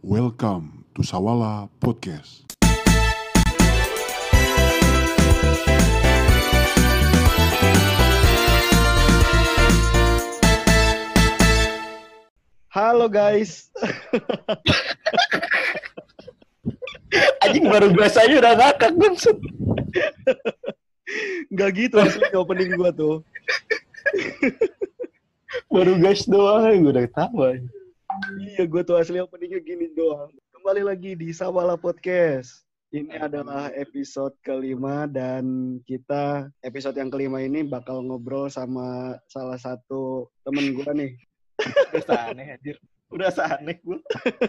Welcome to Sawala Podcast. Halo guys. Anjing baru biasanya udah ngakak maksud. Nggak gitu asli opening gua tuh. Baru guys doang gue udah ketawa. Iya, gua tuh asli openingnya gini doang. Kembali lagi di Sawala Podcast. Ini adalah episode kelima dan kita episode yang kelima ini bakal ngobrol sama salah satu temen gua nih. Udah aneh anjir. Udah aneh gue.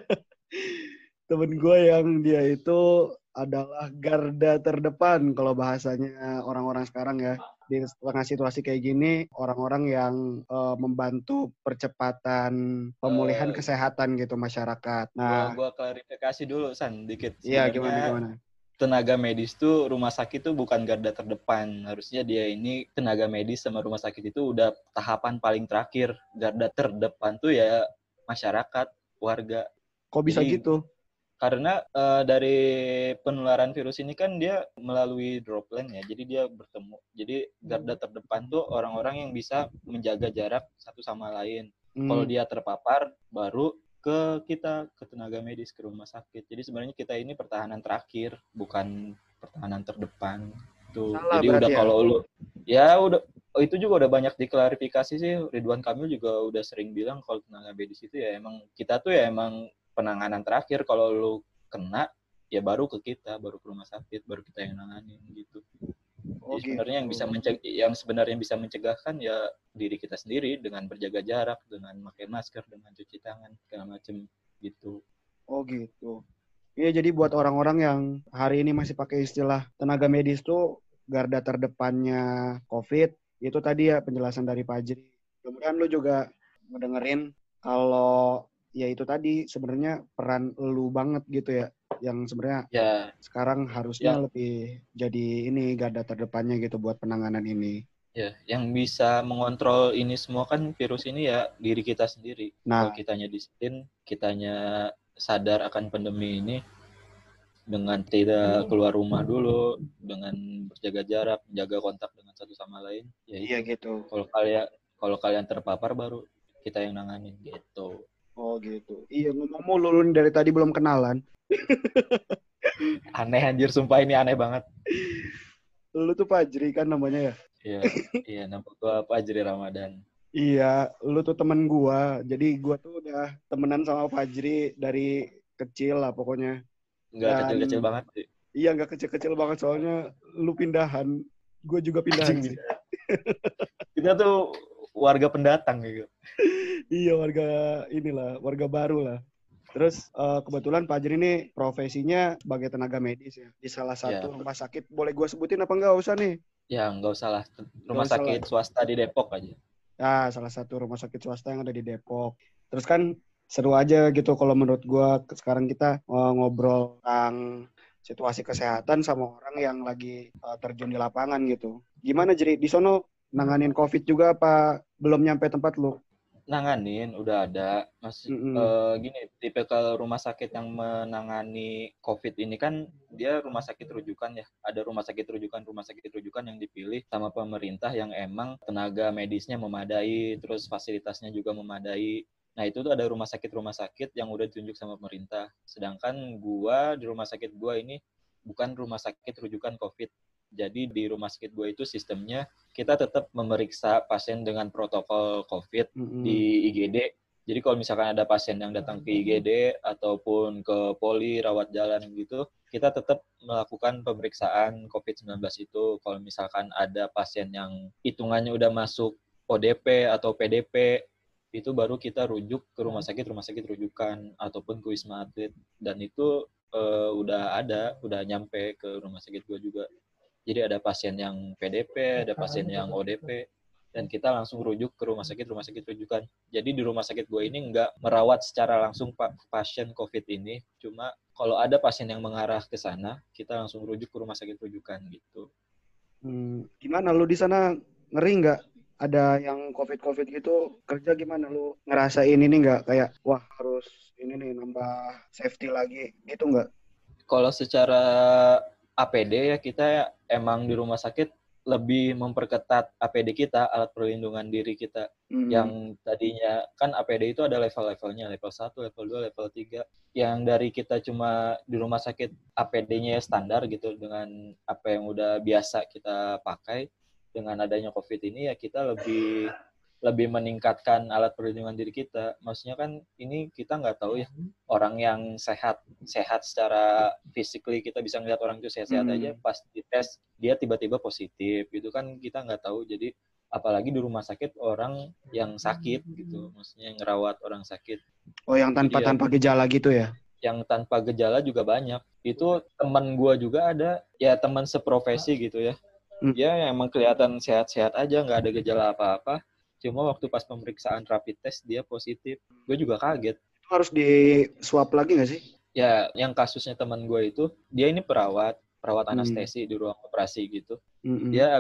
Temen gue yang dia itu adalah garda terdepan kalau bahasanya orang-orang sekarang ya. Di tengah situasi kayak gini, orang-orang yang membantu percepatan pemulihan kesehatan gitu masyarakat. Nah, Gua klarifikasi dulu San dikit. iya Sebenarnya gimana? tenaga medis tuh rumah sakit tuh bukan garda terdepan. Harusnya dia ini tenaga medis sama rumah sakit itu udah tahapan paling terakhir. Garda terdepan tuh ya masyarakat, warga. Kok bisa Jadi, gitu? Karena dari penularan virus ini kan dia melalui droplet ya, jadi dia bertemu. Jadi garda terdepan tuh orang-orang yang bisa menjaga jarak satu sama lain. Kalau dia terpapar, baru ke kita, ke tenaga medis, ke rumah sakit. Jadi sebenarnya kita ini pertahanan terakhir, bukan pertahanan terdepan. Tuh. Salah Jadi udah berarti ya? kalau lu, ya udah, itu juga udah banyak diklarifikasi sih. Ridwan Kamil juga udah sering bilang kalau tenaga medis itu ya emang, kita tuh ya emang penanganan terakhir. Kalau lu kena ya baru ke kita, baru ke rumah sakit, baru kita yang nanganin gitu. Oh, Jadi sebenarnya gitu. yang sebenarnya bisa mencegah kan ya diri kita sendiri dengan berjaga jarak, dengan pakai masker, dengan cuci tangan segala macem gitu. Oh gitu. Iya, jadi buat orang-orang yang hari ini masih pakai istilah tenaga medis tuh garda terdepannya COVID, itu tadi ya penjelasan dari Pak Ajri. Kemudian lu juga ngedengerin kalau ya itu tadi sebenarnya peran lu banget gitu ya, yang sebenarnya Ya, sekarang harusnya yang lebih jadi ini garda terdepannya gitu buat penanganan ini. ya yang bisa mengontrol ini semua kan virus ini ya diri kita sendiri. Kalau Nah, kitanya disiplin, kitanya sadar akan pandemi ini, dengan tidak keluar rumah dulu, dengan berjaga jarak, menjaga kontak dengan satu sama lain, ya iya itu. gitu. Kalau kalian terpapar baru kita yang nanganin gitu. Oh gitu. Iya, ngomong mulu lu dari tadi belum kenalan. Aneh anjir, sumpah ini aneh banget. Lu tuh Pak Ajri kan namanya ya? Iya, nama gua Fajri Ramadan. Iya, lu tuh temen gua. Jadi gua tuh udah temenan sama Fajri dari kecil lah pokoknya. Nggak kecil-kecil Dan banget sih. iya nggak kecil-kecil banget soalnya lu pindahan. Gue juga pindahan Anjing, sih. kita tuh warga pendatang gitu. Iya, warga baru lah. Terus kebetulan Pak Ajri ini profesinya sebagai tenaga medis ya. Di salah satu Ya, rumah sakit. Boleh gua sebutin apa nggak usah nih? ya nggak usah lah. Rumah Nggak usah lah. sakit swasta di Depok aja. Ya, salah satu rumah sakit swasta yang ada di Depok. Terus kan seru aja gitu kalau menurut gua sekarang kita ngobrol tentang situasi kesehatan sama orang yang lagi terjun di lapangan gitu. Gimana Jeri? Di sono nanganin COVID juga apa belum nyampe tempat lu? Nanganin udah ada. Mm-mm. Gini, tipikal rumah sakit yang menangani COVID ini kan dia rumah sakit rujukan ya. Ada rumah sakit rujukan yang dipilih sama pemerintah yang emang tenaga medisnya memadai, terus fasilitasnya juga memadai. Nah, itu tuh ada rumah sakit yang udah ditunjuk sama pemerintah. Sedangkan di rumah sakit gua ini bukan rumah sakit rujukan COVID. Jadi di rumah sakit gua itu sistemnya kita tetap memeriksa pasien dengan protokol COVID di IGD. Jadi kalau misalkan ada pasien yang datang ke IGD ataupun ke poli rawat jalan gitu, kita tetap melakukan pemeriksaan COVID-19 itu. Kalau misalkan ada pasien yang hitungannya udah masuk ODP atau PDP, itu baru kita rujuk ke rumah sakit rujukan ataupun ke Wisma Atlet. Dan itu udah nyampe ke rumah sakit gue juga. Jadi ada pasien yang PDP, ada pasien yang ODP, dan kita langsung rujuk ke rumah sakit rujukan. Jadi di rumah sakit gue ini nggak merawat secara langsung pasien COVID ini, cuma kalau ada pasien yang mengarah ke sana, kita langsung rujuk ke rumah sakit rujukan gitu. Gimana lu di sana, ngeri nggak ada yang COVID gitu, kerja gimana? Lu ngerasain ini nggak? Kayak, wah harus ini nih nambah safety lagi gitu nggak? Kalau secara APD ya kita emang di rumah sakit lebih memperketat APD kita, alat perlindungan diri kita. Yang tadinya kan APD itu ada level-levelnya, level 1, level 2, level 3. Yang dari kita cuma di rumah sakit APD-nya standar gitu dengan apa yang udah biasa kita pakai. Dengan adanya COVID ini ya kita lebih meningkatkan alat perlindungan diri kita. Maksudnya kan ini kita nggak tahu ya, orang yang sehat secara physically, kita bisa ngeliat orang itu sehat-sehat aja, pas dites dia tiba-tiba positif gitu kan, kita nggak tahu. Jadi apalagi di rumah sakit orang yang sakit gitu, maksudnya ngerawat orang sakit. Oh, yang tanpa gejala gitu ya? Yang tanpa gejala juga banyak. Itu teman gue juga ada, ya teman seprofesi gitu ya. Dia emang kelihatan sehat-sehat aja, nggak ada gejala apa-apa. Cuma waktu pas pemeriksaan rapid test dia positif. Gue juga kaget. Harus di swab lagi nggak sih? Ya, yang kasusnya teman gue itu, dia ini perawat anestesi di ruang operasi gitu. Dia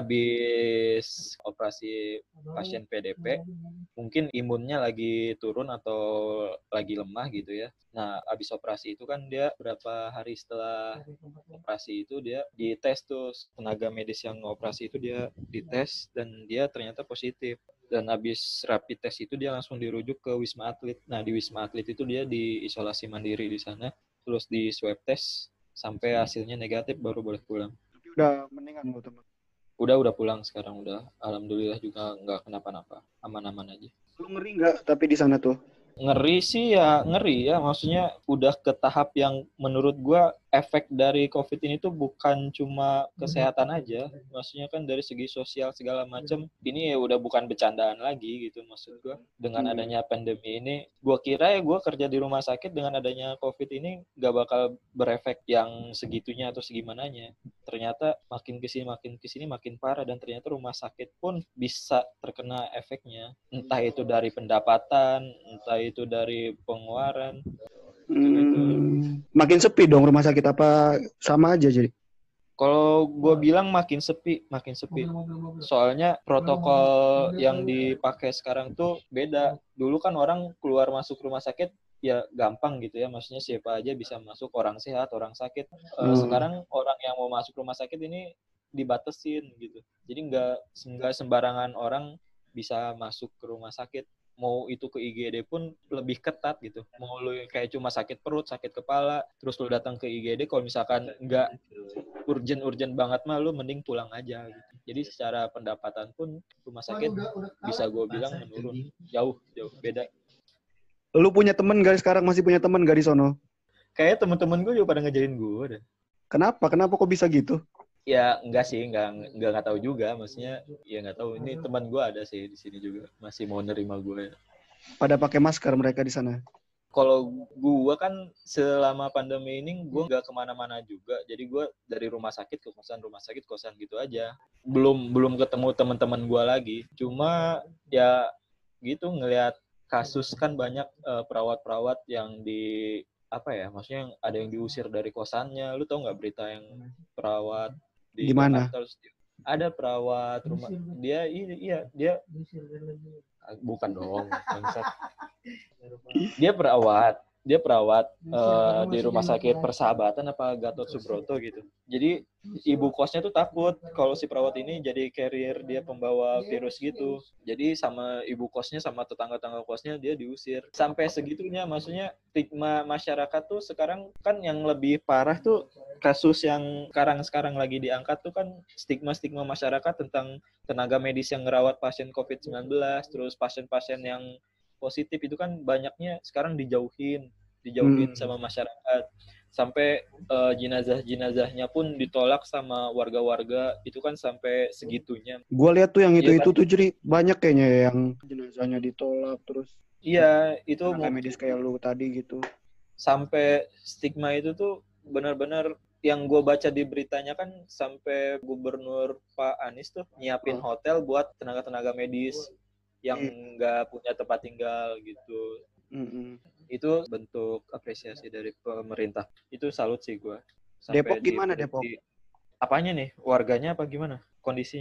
habis operasi pasien PDP, mungkin imunnya lagi turun atau lagi lemah gitu ya. Nah, habis operasi itu kan dia berapa hari setelah operasi itu dia dites tuh, tenaga medis yang operasi itu dia dites dan dia ternyata positif. Dan habis rapid test itu dia langsung dirujuk ke Wisma Atlet. Nah, di Wisma Atlet itu dia diisolasi mandiri di sana, terus di swab test sampai hasilnya negatif baru boleh pulang. Tapi udah mendingan lo teman? Udah pulang sekarang, udah. Alhamdulillah juga nggak kenapa-napa, aman-aman aja. Lu ngeri nggak tapi di sana tuh? Ngeri sih ya, ngeri ya. Maksudnya udah ke tahap yang menurut gua efek dari COVID ini tuh bukan cuma kesehatan aja. Maksudnya kan dari segi sosial segala macam, ini ya udah bukan bercandaan lagi gitu maksud gua. Dengan adanya pandemi ini, gua kira ya gua kerja di rumah sakit dengan adanya COVID ini gak bakal berefek yang segitunya atau segimananya. Ternyata makin kesini makin parah, dan ternyata rumah sakit pun bisa terkena efeknya. Entah itu dari pendapatan, entah itu dari pengeluaran. Makin sepi dong rumah sakit, apa sama aja jadi? Kalau gue bilang makin sepi. Soalnya protokol yang dipakai sekarang tuh beda. Dulu kan orang keluar masuk rumah sakit ya gampang gitu ya. Maksudnya siapa aja bisa masuk, orang sehat, orang sakit. Sekarang orang yang mau masuk rumah sakit ini dibatesin gitu. Jadi nggak sembarangan orang bisa masuk ke rumah sakit. Mau itu ke IGD pun lebih ketat gitu. Mau lu kayak cuma sakit perut, sakit kepala, terus lu datang ke IGD, kalau misalkan nggak urgent banget mah lu mending pulang aja gitu. Jadi secara pendapatan pun rumah sakit bisa gue bilang menurun. Jauh beda. Lu punya temen gak sekarang? Masih punya temen gak di sono? Kayaknya temen-temen gue juga pada ngejarin gue deh. Kenapa kok bisa gitu? Ya enggak sih, enggak tahu juga, maksudnya ya enggak tahu. Ini teman gue ada sih di sini juga, masih mau nerima gue. Pada pakai masker mereka di sana? Kalau gue kan selama pandemi ini gue nggak kemana-mana juga, jadi gue dari rumah sakit ke kosan gitu aja. Belum ketemu teman-teman gue lagi. Cuma ya gitu, ngelihat kasus kan banyak perawat-perawat yang maksudnya ada yang diusir dari kosannya. Lu tau nggak berita yang perawat di Gimana? Jakarta? Ada perawat rumah dia bukan dong, bangsat. Dia perawat di rumah sakit Persahabatan apa Gatot Subroto gitu. Jadi ibu kosnya tuh takut kalau si perawat ini jadi carrier, dia pembawa virus gitu. Jadi sama ibu kosnya sama tetangga-tetangga kosnya dia diusir. Sampai segitunya, maksudnya stigma masyarakat tuh sekarang kan yang lebih parah tuh kasus yang sekarang lagi diangkat tuh kan stigma masyarakat tentang tenaga medis yang ngerawat pasien COVID-19, terus pasien-pasien yang positif itu kan banyaknya sekarang dijauhin sama masyarakat. Sampai jenazahnya pun ditolak sama warga-warga, itu kan sampai segitunya. Gua lihat tuh yang itu kan? tuh jadi banyak kayaknya yang jenazahnya ditolak terus. Iya, itu tenaga medis kayak lu tadi gitu. Sampai stigma itu tuh benar-benar yang gue baca di beritanya kan sampai Gubernur Pak Anies tuh nyiapin hotel buat tenaga-tenaga medis yang nggak punya tempat tinggal gitu. Itu bentuk apresiasi dari pemerintah. Itu salut sih gue. Depok gimana Depok? Apanya nih? Warganya apa gimana? Kondisinya?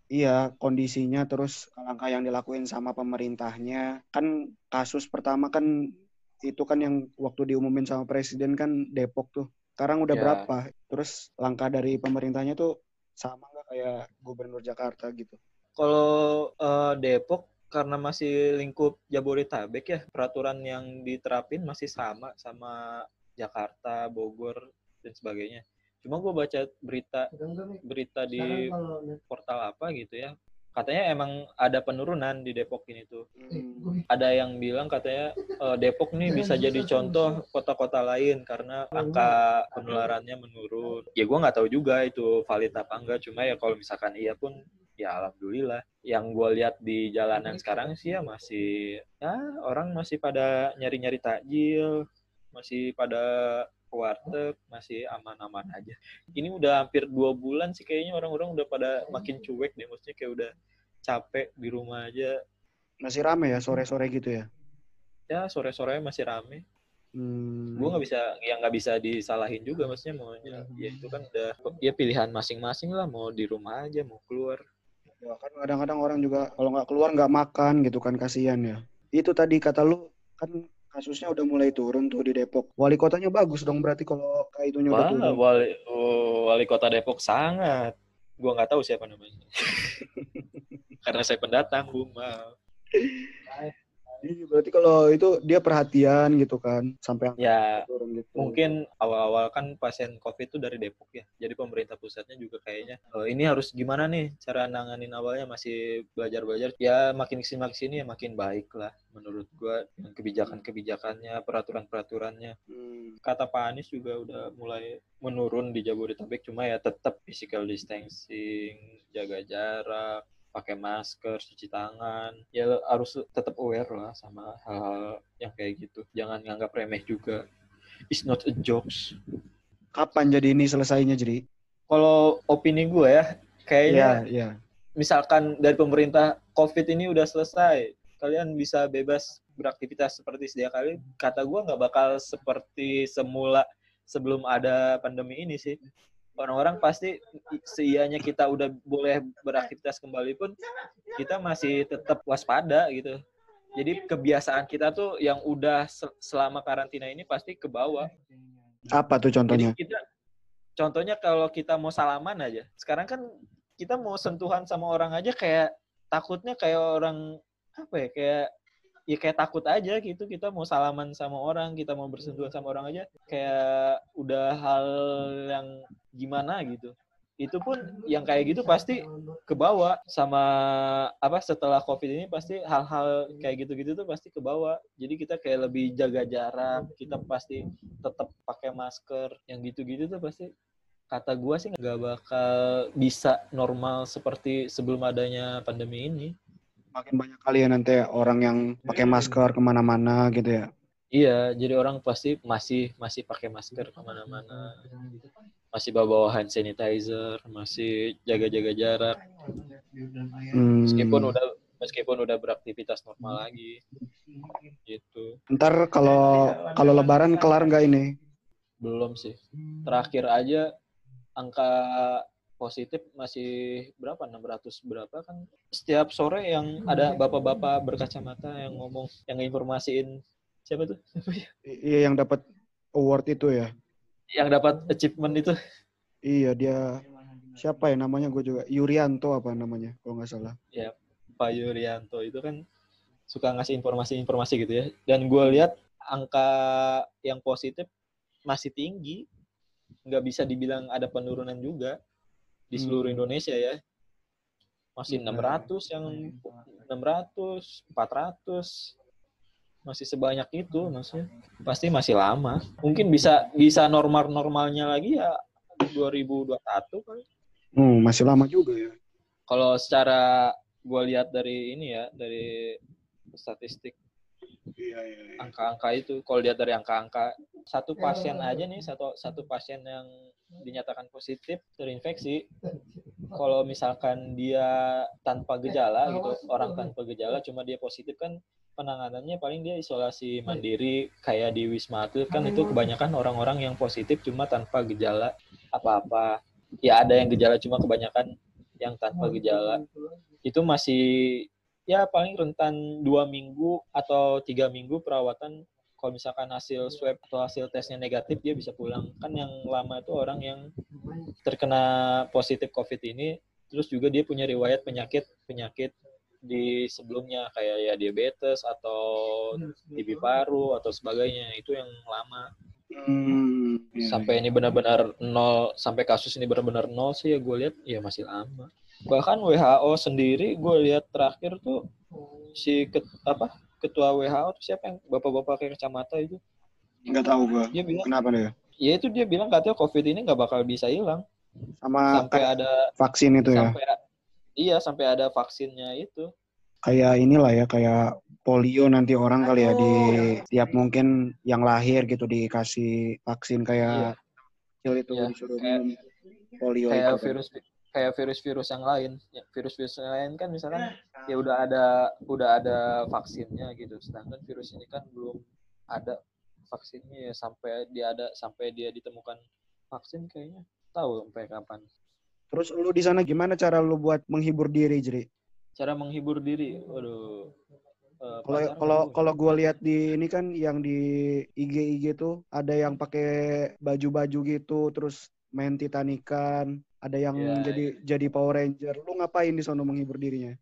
iya kondisinya terus langkah yang dilakuin sama pemerintahnya. Kan kasus pertama kan itu kan yang waktu diumumin sama presiden kan Depok tuh. Sekarang udah Ya, berapa? Terus langkah dari pemerintahnya tuh sama nggak kayak Gubernur Jakarta gitu? kalau Depok karena masih lingkup Jabodetabek ya, peraturan yang diterapin masih sama Jakarta, Bogor dan sebagainya. Cuma gue baca berita di portal apa gitu ya, katanya emang ada penurunan di Depok ini tuh. Ada yang bilang katanya Depok nih bisa jadi contoh kota-kota lain karena angka penularannya menurun. Ya gue nggak tahu juga itu valid apa enggak. Cuma ya kalau misalkan iya pun ya alhamdulillah. Yang gue lihat di jalanan sekarang sih ya masih ya orang masih pada nyari-nyari takjil, masih pada ke warteg, masih aman-aman aja. Ini udah hampir 2 bulan sih kayaknya orang-orang udah pada makin cuek deh. Maksudnya kayak udah capek di rumah aja. Masih rame ya sore-sore gitu ya? Ya sore-sore masih rame. Gue Hmm. nggak bisa disalahin juga, maksudnya mau ya itu kan udah ya pilihan masing-masing lah, mau di rumah aja mau keluar. Ya kan kadang-kadang orang juga kalau nggak keluar nggak makan gitu kan kasihan ya. Itu tadi kata lu kan kasusnya udah mulai turun tuh di Depok. Wali kotanya bagus dong berarti kalau kayak itunya udah Wah, turun. wali kota Depok sangat, gue nggak tahu siapa namanya karena saya pendatang, Bung. Maaf. Iya, berarti kalau itu dia perhatian gitu kan sampai angka Ya turun gitu. mungkin awal-awal kan pasien COVID itu dari Depok ya. Jadi pemerintah pusatnya juga kayaknya ini harus gimana nih cara nanganin, awalnya masih belajar-belajar. Ya makin kesini ya makin baik lah menurut gua, dengan kebijakan-kebijakannya, peraturan-peraturannya. Kata Pak Anies juga udah mulai menurun di Jabodetabek, cuma ya tetap physical distancing, jaga jarak, pakai masker, cuci tangan. Ya harus tetap aware lah sama hal-hal yang kayak gitu. Jangan nganggap remeh juga. It's not a jokes. Kapan jadi ini selesainya jadi? Kalau opini gue ya, Iya, kayaknya iya. misalkan dari pemerintah COVID ini udah selesai, kalian bisa bebas beraktivitas seperti sedia kali, kata gue nggak bakal seperti semula sebelum ada pandemi ini sih. Orang-orang pasti seianya kita udah boleh beraktivitas kembali pun, kita masih tetap waspada gitu. Jadi kebiasaan kita tuh yang udah selama karantina ini pasti ke bawah. Apa tuh Jadi contohnya? kita contohnya kalau kita mau salaman aja, sekarang kan kita mau sentuhan sama orang aja kayak takutnya kayak orang apa ya, kayak takut aja gitu. Kita mau salaman sama orang, kita mau bersentuhan sama orang aja kayak udah hal yang gimana gitu. Itu pun yang kayak gitu pasti kebawa sama apa, setelah COVID ini pasti hal-hal kayak gitu-gitu tuh pasti kebawa. Jadi kita kayak lebih jaga jarak, kita pasti tetap pakai masker, yang gitu-gitu tuh pasti kata gue sih nggak bakal bisa normal seperti sebelum adanya pandemi ini. Makin banyak kali ya nanti orang yang pakai masker kemana-mana gitu ya. Iya, jadi orang pasti masih pakai masker kemana-mana, masih bawa hand sanitizer, masih jaga-jaga jarak, Hmm. meskipun udah beraktivitas normal lagi, gitu. Ntar kalau Lebaran kelar nggak ini? Belum sih. Terakhir aja angka positif masih berapa, 600 berapa kan. Setiap sore yang ada bapak-bapak berkacamata yang ngomong, yang informasiin siapa tuh? Iya yang dapat award itu ya. Yang dapat achievement itu. Iya dia siapa ya namanya gue juga Yurianto apa namanya kalau nggak salah. Ya, Pak Yuryanto itu kan suka ngasih informasi-informasi gitu ya. Dan gue lihat angka yang positif masih tinggi. Nggak bisa dibilang ada penurunan juga di seluruh Indonesia ya. Masih 600 yang 600, 400. Masih sebanyak itu, maksudnya pasti masih lama. Mungkin bisa normalnya lagi ya 2021 kali. Masih lama juga ya. Kalau secara gue lihat dari ini ya, dari statistik angka-angka itu, kalau lihat dari angka-angka satu pasien aja nih, satu pasien yang dinyatakan positif terinfeksi, kalau misalkan dia tanpa gejala gitu, orang tanpa gejala cuma dia positif kan, penanganannya paling dia isolasi mandiri kayak di Wisma Atlet kan, itu kebanyakan orang-orang yang positif cuma tanpa gejala apa-apa. Ya ada yang gejala, cuma kebanyakan yang tanpa gejala itu masih ya paling rentan 2 minggu atau 3 minggu perawatan. Kalau misalkan hasil swab atau hasil tesnya negatif, dia bisa pulang. Kan yang lama itu orang yang terkena positif COVID ini, terus juga dia punya riwayat penyakit di sebelumnya, kayak ya diabetes atau TB paru atau sebagainya. Itu yang lama. Sampai ini benar-benar nol, sampai kasus ini benar-benar nol sih ya gue lihat ya masih lama. Bahkan WHO sendiri gue lihat terakhir tuh si ketua WHO tuh siapa yang bapak-bapak kayak kacamata itu? Nggak tahu gue. Dia bilang, kenapa dia? Ya itu dia bilang katanya COVID ini nggak bakal bisa hilang. Sama sampai ada vaksin itu ya? Sampai ada vaksinnya itu. Kayak inilah ya, kayak polio nanti orang kali ya di tiap mungkin yang lahir gitu dikasih vaksin kayak kecil itu disuruh minum polio kayak itu. Kayak virus-virus yang lain. Ya, virus-virus yang lain kan misalkan ya udah ada vaksinnya gitu. Sedangkan virus ini kan belum ada vaksinnya ya, sampai dia ditemukan vaksin kayaknya tahu sampai kapan. Terus lu di sana gimana cara lu buat menghibur diri, Jri? Cara menghibur diri, waduh. Kalau gue lihat di ini kan yang di IG tuh ada yang pakai baju-baju gitu, terus main Titanican, ada yang jadi Power Ranger. Lu ngapain di sana menghibur dirinya?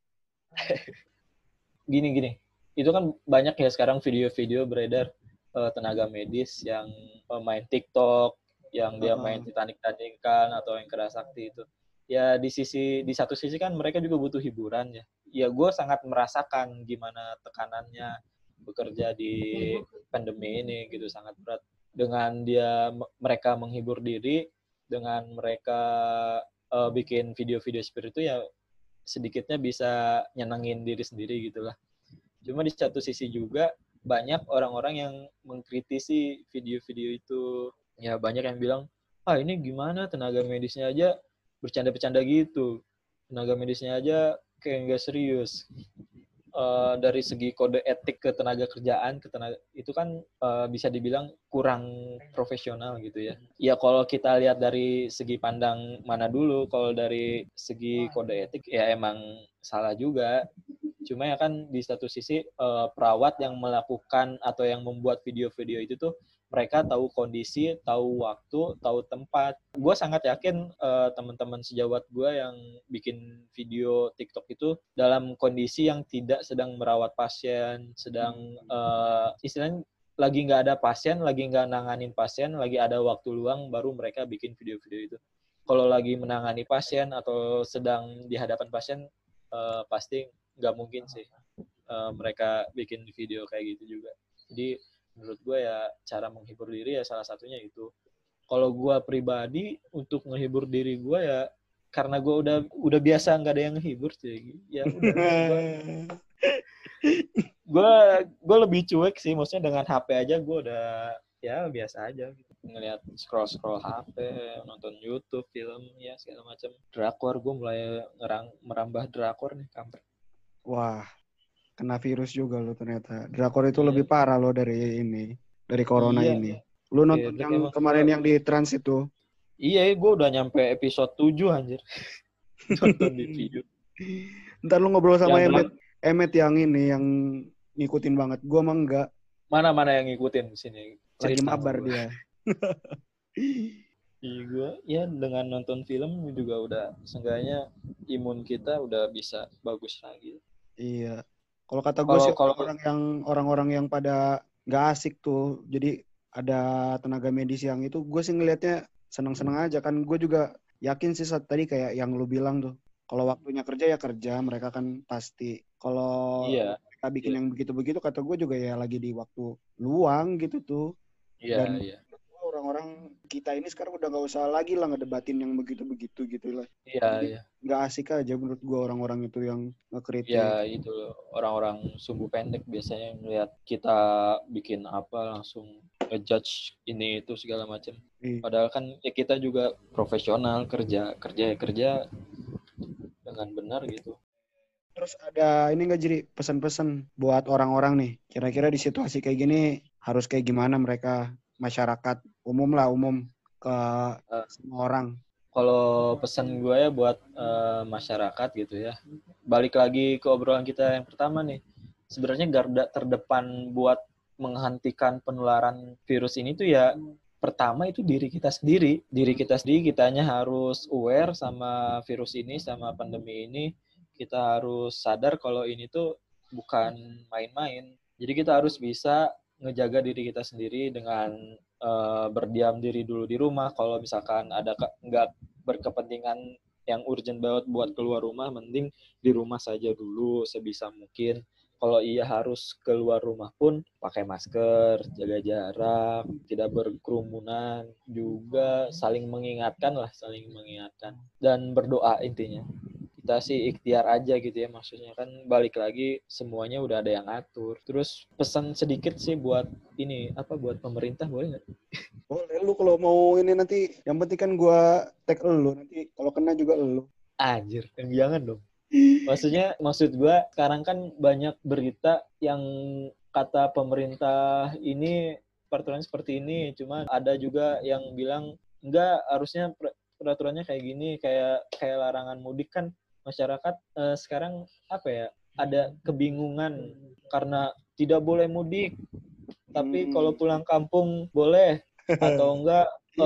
Gini. Itu kan banyak ya sekarang video-video beredar tenaga medis yang main TikTok, yang dia main Titanic-Titanican atau yang Kerasakti itu. Ya di satu sisi kan mereka juga butuh hiburan ya. Ya gue sangat merasakan gimana tekanannya bekerja di pandemi ini gitu, sangat berat. Dengan mereka menghibur diri, dengan mereka bikin video-video seperti itu ya sedikitnya bisa nyenengin diri sendiri gitulah. Cuma di satu sisi juga banyak orang-orang yang mengkritisi video-video itu. Ya banyak yang bilang, ini gimana tenaga medisnya aja bercanda-bercanda gitu. Tenaga medisnya aja kayak nggak serius. Dari segi kode etik ke tenaga kerjaan, itu kan bisa dibilang kurang profesional gitu ya. Ya kalau kita lihat dari segi pandang mana dulu, kalau dari segi kode etik ya emang salah juga. Cuma ya kan di satu sisi perawat yang melakukan atau yang membuat video-video itu tuh mereka tahu kondisi, tahu waktu, tahu tempat. Gue sangat yakin teman-teman sejawat gue yang bikin video TikTok itu dalam kondisi yang tidak sedang merawat pasien, sedang istilahnya lagi nggak ada pasien, lagi nggak nanganin pasien, lagi ada waktu luang, baru mereka bikin video-video itu. Kalau lagi menangani pasien atau sedang di hadapan pasien, pasti nggak mungkin sih mereka bikin video kayak gitu juga. Jadi menurut gue ya cara menghibur diri ya salah satunya itu. Kalau gue pribadi untuk menghibur diri gue ya karena gue udah biasa nggak ada yang menghibur sih. Ya udah. gue lebih cuek sih, maksudnya dengan HP aja gue udah ya biasa aja gitu. Ngelihat scroll HP, nonton YouTube, film ya segala macam. Drakor, gue mulai merambah drakor nih, kampret. Wah, kena virus juga lo ternyata. Drakor itu lebih parah lo dari corona ini. Lu nonton yang kemarin yang di Trans itu? Iya, gue udah nyampe episode 7 anjir. Nonton di video. Ntar lu ngobrol sama Emet yang ini, yang ngikutin banget. Gue mah enggak. Mana yang ngikutin sini? Lagi mabar dia. Iya, gue ya dengan nonton film juga udah seenggaknya imun kita udah bisa bagus lagi. Iya. Kalau kata gue sih orang-orang yang pada nggak asik tuh. Jadi ada tenaga medis yang itu, gue sih ngelihatnya seneng-seneng aja kan. Gue juga yakin sih tadi kayak yang lu bilang tuh. Kalau waktunya kerja ya kerja, mereka kan pasti. Kalau mereka bikin yang begitu-begitu, kata gue juga ya lagi di waktu luang gitu tuh. Dan orang-orang kita ini sekarang udah nggak usah lagi lah ngedebatin yang begitu-begitu gitu lah. Iya. Nggak asik aja menurut gue orang-orang itu yang ngekritik. Ya itu orang-orang sumbu pendek biasanya melihat kita bikin apa langsung ngejudge ini itu segala macam. Padahal kan ya kita juga profesional, kerja dengan benar gitu. Terus ada ini nggak, jadi pesan-pesan buat orang-orang nih, kira-kira di situasi kayak gini harus kayak gimana mereka, masyarakat umum ke semua orang? Kalau pesan gue ya buat masyarakat gitu ya, balik lagi ke obrolan kita yang pertama nih. Sebenarnya garda terdepan buat menghentikan penularan virus ini tuh ya pertama itu diri kita sendiri. Diri kita sendiri, kitanya harus aware sama virus ini, sama pandemi ini. Kita harus sadar kalau ini tuh bukan main-main. Jadi kita harus bisa ngejaga diri kita sendiri dengan berdiam diri dulu di rumah. Kalau misalkan ada nggak berkepentingan yang urgent banget buat keluar rumah, mending di rumah saja dulu sebisa mungkin. Kalau iya harus keluar rumah pun pakai masker, jaga jarak, tidak berkerumunan, juga saling mengingatkan lah, saling mengingatkan. Dan berdoa intinya. Kita sih ikhtiar aja gitu ya, maksudnya kan balik lagi semuanya udah ada yang atur. Terus pesan sedikit sih buat ini, buat pemerintah, boleh nggak? Boleh lu kalau mau ini nanti, yang penting kan gua tag lu, nanti kalau kena juga lu. Anjir, jangan dong. Maksud gue sekarang kan banyak berita yang kata pemerintah ini peraturan seperti ini, cuma ada juga yang bilang enggak, harusnya peraturannya kayak gini, kayak larangan mudik kan. Masyarakat sekarang ada kebingungan karena tidak boleh mudik, tapi kalau pulang kampung boleh, atau enggak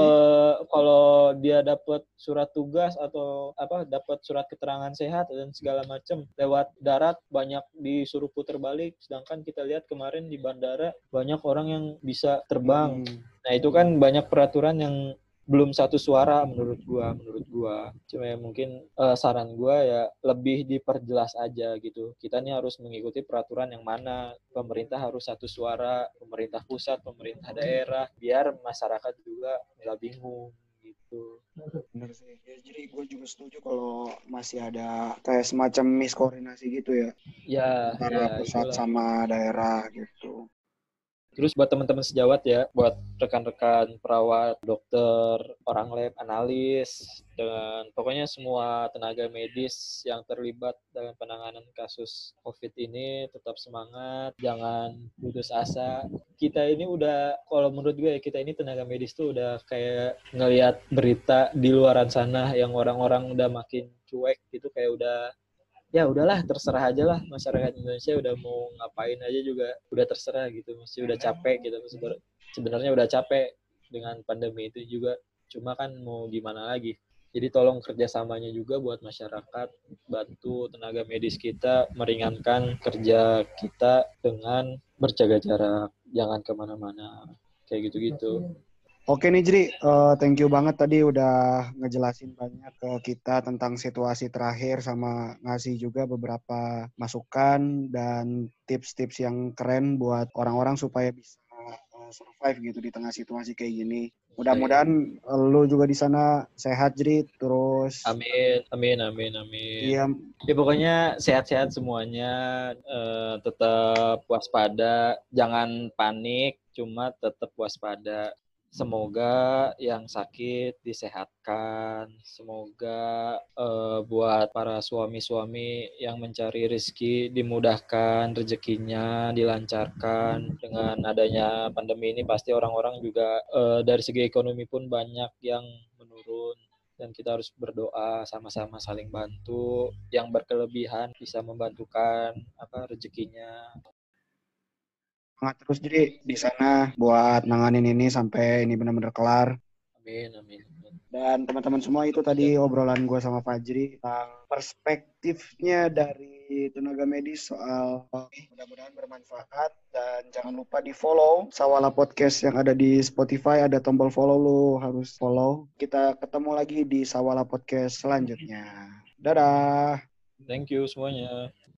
kalau dia dapat surat tugas atau dapat surat keterangan sehat dan segala macam lewat darat banyak disuruh putar balik, sedangkan kita lihat kemarin di bandara banyak orang yang bisa terbang. Nah itu kan banyak peraturan yang belum satu suara menurut gua. Cuma ya mungkin saran gua ya lebih diperjelas aja gitu. Kita nih harus mengikuti peraturan yang mana. Pemerintah harus satu suara, pemerintah pusat, pemerintah daerah, biar masyarakat juga nggak bingung gitu. Bener sih. Ya, jadi gue juga setuju kalau masih ada kayak semacam miskoordinasi gitu ya. Ya, Antara pusat itulah. sama daerah gitu. Terus buat teman-teman sejawat ya, buat rekan-rekan perawat, dokter, orang lab, analis, dan pokoknya semua tenaga medis yang terlibat dalam penanganan kasus COVID ini tetap semangat, jangan putus asa. Kita ini udah, kalau menurut gue ya, kita ini tenaga medis tuh udah kayak ngelihat berita di luaran sana yang orang-orang udah makin cuek gitu, kayak udah ya udahlah terserah aja lah, masyarakat Indonesia udah mau ngapain aja juga udah terserah gitu, mesti udah capek gitu. Sebenarnya udah capek dengan pandemi itu juga, cuma kan mau gimana lagi. Jadi tolong kerjasamanya juga buat masyarakat, bantu tenaga medis kita meringankan kerja kita dengan berjaga jarak, jangan kemana-mana kayak gitu-gitu. Oke nih Jri, thank you banget tadi udah ngejelasin banyak ke kita tentang situasi terakhir sama ngasih juga beberapa masukan dan tips-tips yang keren buat orang-orang supaya bisa survive gitu di tengah situasi kayak gini. Mudah-mudahan lu juga di sana sehat Jri, terus Amin. iya. Ya pokoknya sehat-sehat semuanya, tetap waspada, jangan panik, cuma tetap waspada. Semoga yang sakit disehatkan, semoga buat para suami-suami yang mencari rezeki dimudahkan rezekinya, dilancarkan. Dengan adanya pandemi ini pasti orang-orang juga dari segi ekonomi pun banyak yang menurun. Dan kita harus berdoa sama-sama saling bantu, yang berkelebihan bisa membantukan rezekinya. Semangat terus jadi di sana buat nanganin ini sampai ini benar-benar kelar. Amin. Dan teman-teman semua, itu tadi obrolan gue sama Fajri tentang perspektifnya dari tenaga medis soal mudah-mudahan bermanfaat. Dan jangan lupa di follow Sawala Podcast yang ada di Spotify, ada tombol follow, lu harus follow. Kita ketemu lagi di Sawala Podcast selanjutnya. Dadah. Thank you semuanya.